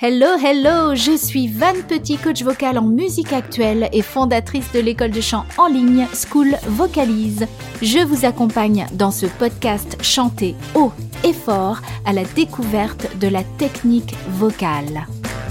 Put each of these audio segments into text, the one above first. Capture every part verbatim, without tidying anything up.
Hello, hello, je suis Van Petit, coach vocal en musique actuelle et fondatrice de l'école de chant en ligne School Vocalise. Je vous accompagne dans ce podcast chanter haut et fort à la découverte de la technique vocale.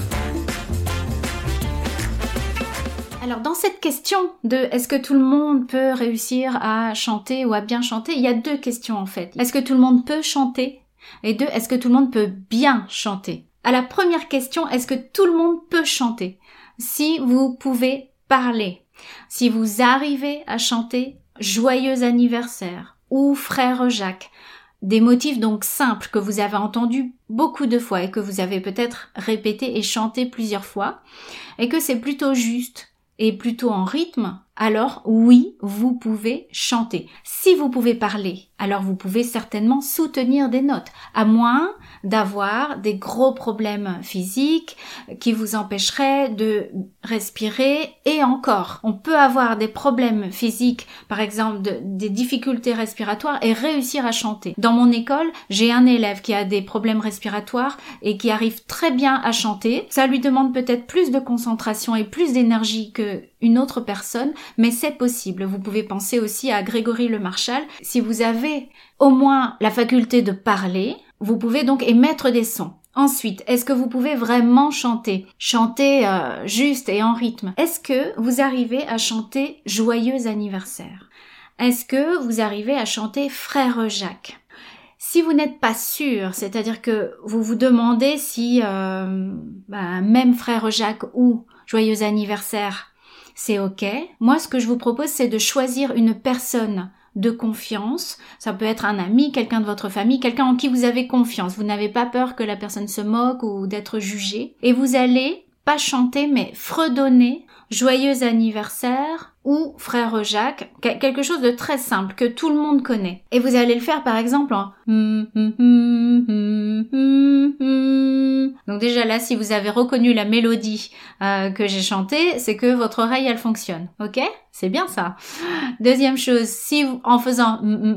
Alors dans cette question de est-ce que tout le monde peut réussir à chanter ou à bien chanter, il y a deux questions en fait. Est-ce que tout le monde peut chanter? Et deux, est-ce que tout le monde peut bien chanter? À la première question, est-ce que tout le monde peut chanter? Si vous pouvez parler, si vous arrivez à chanter Joyeux anniversaire ou Frère Jacques, des motifs donc simples que vous avez entendus beaucoup de fois et que vous avez peut-être répété et chanté plusieurs fois, et que c'est plutôt juste et plutôt en rythme, alors oui, vous pouvez chanter. Si vous pouvez parler, alors vous pouvez certainement soutenir des notes, à moins d'avoir des gros problèmes physiques qui vous empêcheraient de respirer. Et encore, on peut avoir des problèmes physiques, par exemple de, des difficultés respiratoires et réussir à chanter. Dans mon école, j'ai un élève qui a des problèmes respiratoires et qui arrive très bien à chanter. Ça lui demande peut-être plus de concentration et plus d'énergie qu'une autre personne, mais c'est possible. Vous pouvez penser aussi à Grégory Le Marchal. Si vous avez au moins la faculté de parler, vous pouvez donc émettre des sons. Ensuite, est-ce que vous pouvez vraiment chanter? Chanter euh, juste et en rythme. Est-ce que vous arrivez à chanter Joyeux anniversaire? Est-ce que vous arrivez à chanter Frère Jacques? Si vous n'êtes pas sûr, c'est-à-dire que vous vous demandez si euh, bah, même Frère Jacques ou Joyeux anniversaire, c'est ok. Moi, ce que je vous propose, c'est de choisir une personne de confiance. Ça peut être un ami, quelqu'un de votre famille, quelqu'un en qui vous avez confiance. Vous n'avez pas peur que la personne se moque ou d'être jugée. Et vous allez pas chanter, mais fredonner Joyeux anniversaire ou Frère Jacques, quelque chose de très simple que tout le monde connaît. Et vous allez le faire par exemple en donc déjà là, si vous avez reconnu la mélodie euh, que j'ai chantée, c'est que votre oreille elle fonctionne, ok? C'est bien ça. Deuxième chose, si vous, en faisant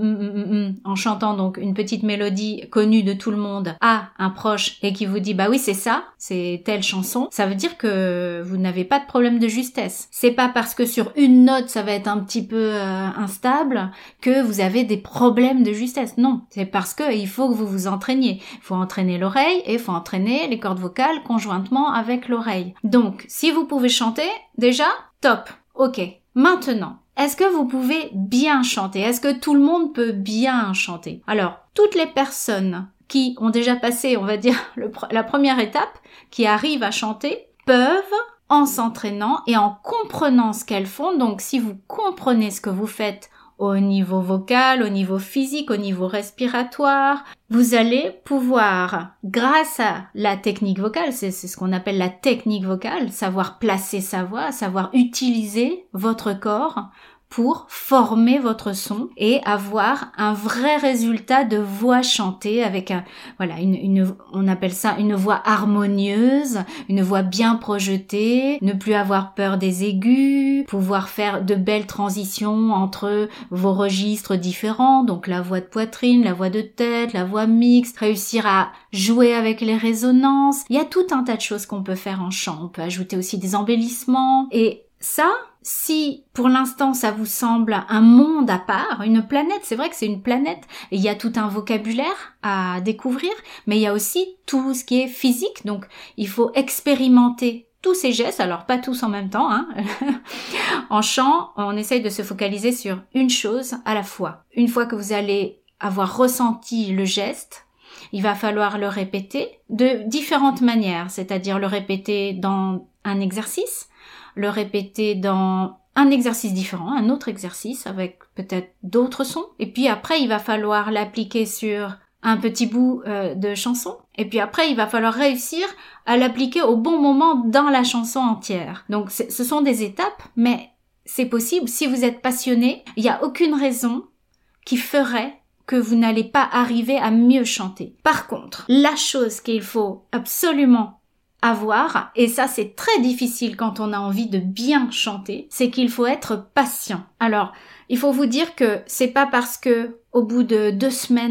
en chantant donc une petite mélodie connue de tout le monde à un proche et qui vous dit bah oui c'est ça, c'est telle chanson, ça veut dire que vous n'avez pas de problème de justesse. C'est pas parce que sur une note ça va être un petit peu euh, instable que vous avez des problèmes de justesse. Non, c'est parce que il faut que vous vous entraîniez. Il faut entraîner l'oreille et il faut entraîner les cordes vocales conjointement avec l'oreille. Donc, si vous pouvez chanter, déjà, top, ok. Maintenant, est-ce que vous pouvez bien chanter? Est-ce que tout le monde peut bien chanter? Alors, toutes les personnes qui ont déjà passé, on va dire, le, la première étape, qui arrivent à chanter, peuvent, en s'entraînant et en comprenant ce qu'elles font, donc si vous comprenez ce que vous faites au niveau vocal, au niveau physique, au niveau respiratoire, vous allez pouvoir, grâce à la technique vocale, c'est, c'est ce qu'on appelle la technique vocale, savoir placer sa voix, savoir utiliser votre corps pour former votre son et avoir un vrai résultat de voix chantée avec un, voilà, une, une, on appelle ça une voix harmonieuse, une voix bien projetée, ne plus avoir peur des aigus, pouvoir faire de belles transitions entre vos registres différents, donc la voix de poitrine, la voix de tête, la voix mixte, réussir à jouer avec les résonances. Il y a tout un tas de choses qu'on peut faire en chant. On peut ajouter aussi des embellissements et ça, si pour l'instant ça vous semble un monde à part, une planète, c'est vrai que c'est une planète, et il y a tout un vocabulaire à découvrir, mais il y a aussi tout ce qui est physique, donc il faut expérimenter tous ces gestes, alors pas tous en même temps, hein. En chant, on essaye de se focaliser sur une chose à la fois. Une fois que vous allez avoir ressenti le geste, il va falloir le répéter de différentes manières, c'est-à-dire le répéter dans un exercice, le répéter dans un exercice différent, un autre exercice avec peut-être d'autres sons. Et puis après, il va falloir l'appliquer sur un petit bout euh, de chanson. Et puis après, il va falloir réussir à l'appliquer au bon moment dans la chanson entière. Donc ce sont des étapes, mais c'est possible. Si vous êtes passionné, il n'y a aucune raison qui ferait que vous n'allez pas arriver à mieux chanter. Par contre, la chose qu'il faut absolument avoir, et ça c'est très difficile quand on a envie de bien chanter, c'est qu'il faut être patient. Alors, il faut vous dire que c'est pas parce que au bout de deux semaines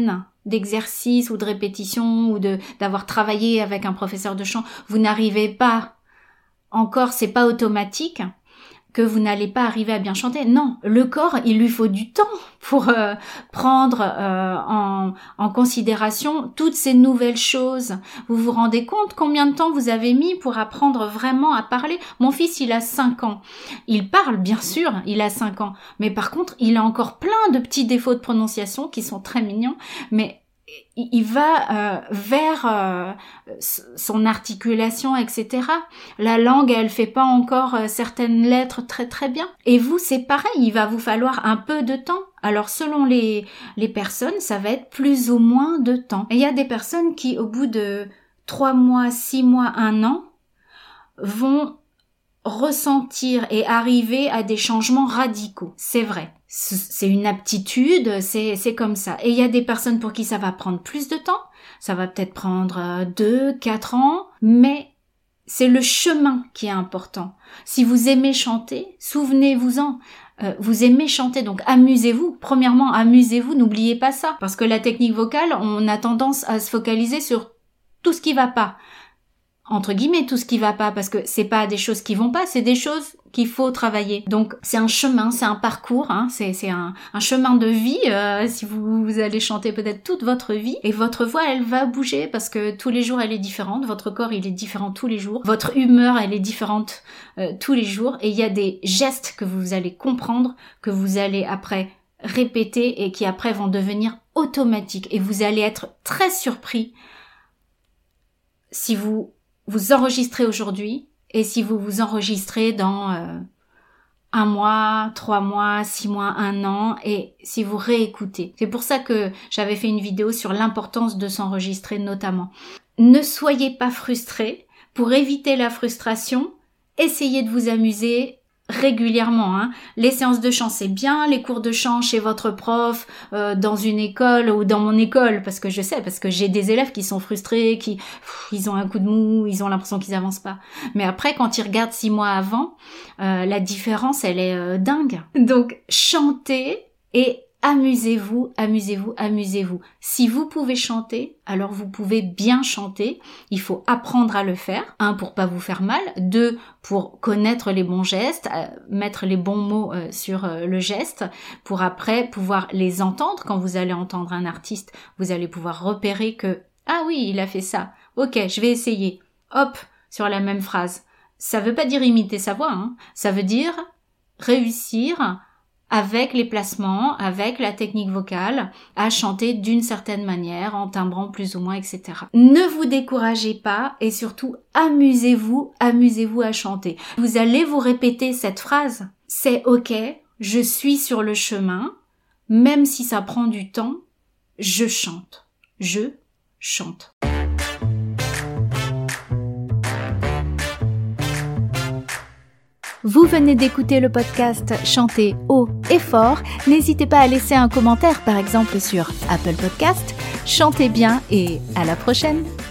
d'exercice ou de répétition ou de d'avoir travaillé avec un professeur de chant, vous n'arrivez pas encore, c'est pas automatique que vous n'allez pas arriver à bien chanter. Non, le corps, il lui faut du temps pour euh, prendre euh, en, en considération toutes ces nouvelles choses. Vous vous rendez compte combien de temps vous avez mis pour apprendre vraiment à parler? Mon fils, il a cinq ans. Il parle, bien sûr, il a cinq ans. Mais par contre, il a encore plein de petits défauts de prononciation qui sont très mignons. Mais il va euh, vers euh, son articulation, et cetera. La langue, elle fait pas encore euh, certaines lettres très très bien. Et vous, c'est pareil, il va vous falloir un peu de temps. Alors selon les les personnes, ça va être plus ou moins de temps. Et il y a des personnes qui, au bout de trois mois, six mois, un an, vont ressentir et arriver à des changements radicaux. C'est vrai. C'est une aptitude, c'est c'est comme ça. Et il y a des personnes pour qui ça va prendre plus de temps. Ça va peut-être prendre deux, quatre ans, mais c'est le chemin qui est important. Si vous aimez chanter, souvenez-vous-en. Euh, vous aimez chanter, donc amusez-vous. Premièrement, amusez-vous, n'oubliez pas ça. Parce que la technique vocale, on a tendance à se focaliser sur tout ce qui va pas. Entre guillemets, tout ce qui va pas, parce que c'est pas des choses qui vont pas, c'est des choses qu'il faut travailler. Donc c'est un chemin, c'est un parcours, hein, c'est c'est un, un chemin de vie. Euh, si vous, vous allez chanter peut-être toute votre vie, et votre voix, elle va bouger parce que tous les jours elle est différente, votre corps il est différent tous les jours, votre humeur elle est différente euh, tous les jours, et il y a des gestes que vous allez comprendre, que vous allez après répéter et qui après vont devenir automatiques, et vous allez être très surpris si vous vous enregistrez aujourd'hui et si vous vous enregistrez dans euh, un mois, trois mois, six mois, un an, et si vous réécoutez. C'est pour ça que j'avais fait une vidéo sur l'importance de s'enregistrer notamment. Ne soyez pas frustrés. Pour éviter la frustration, essayez de vous amuser régulièrement, hein. Les séances de chant c'est bien, les cours de chant chez votre prof, euh, dans une école ou dans mon école, parce que je sais, parce que j'ai des élèves qui sont frustrés, qui pff, ils ont un coup de mou, ils ont l'impression qu'ils avancent pas. Mais après, quand ils regardent six mois avant, euh, la différence elle est euh, dingue. Donc chantez et amusez-vous, amusez-vous, amusez-vous. Si vous pouvez chanter, alors vous pouvez bien chanter. Il faut apprendre à le faire. Un, pour pas vous faire mal. Deux, pour connaître les bons gestes, euh, mettre les bons mots euh, sur euh, le geste, pour après pouvoir les entendre. Quand vous allez entendre un artiste, vous allez pouvoir repérer que « Ah oui, il a fait ça. Ok, je vais essayer. » Hop, sur la même phrase. Ça veut pas dire imiter sa voix, hein. Ça veut dire réussir avec les placements, avec la technique vocale, à chanter d'une certaine manière, en timbrant plus ou moins, et cetera. Ne vous découragez pas et surtout amusez-vous, amusez-vous à chanter. Vous allez vous répéter cette phrase. C'est ok, je suis sur le chemin, même si ça prend du temps, je chante. Je chante. Vous venez d'écouter le podcast Chanter haut et fort. N'hésitez pas à laisser un commentaire, par exemple sur Apple Podcast. Chantez bien et à la prochaine.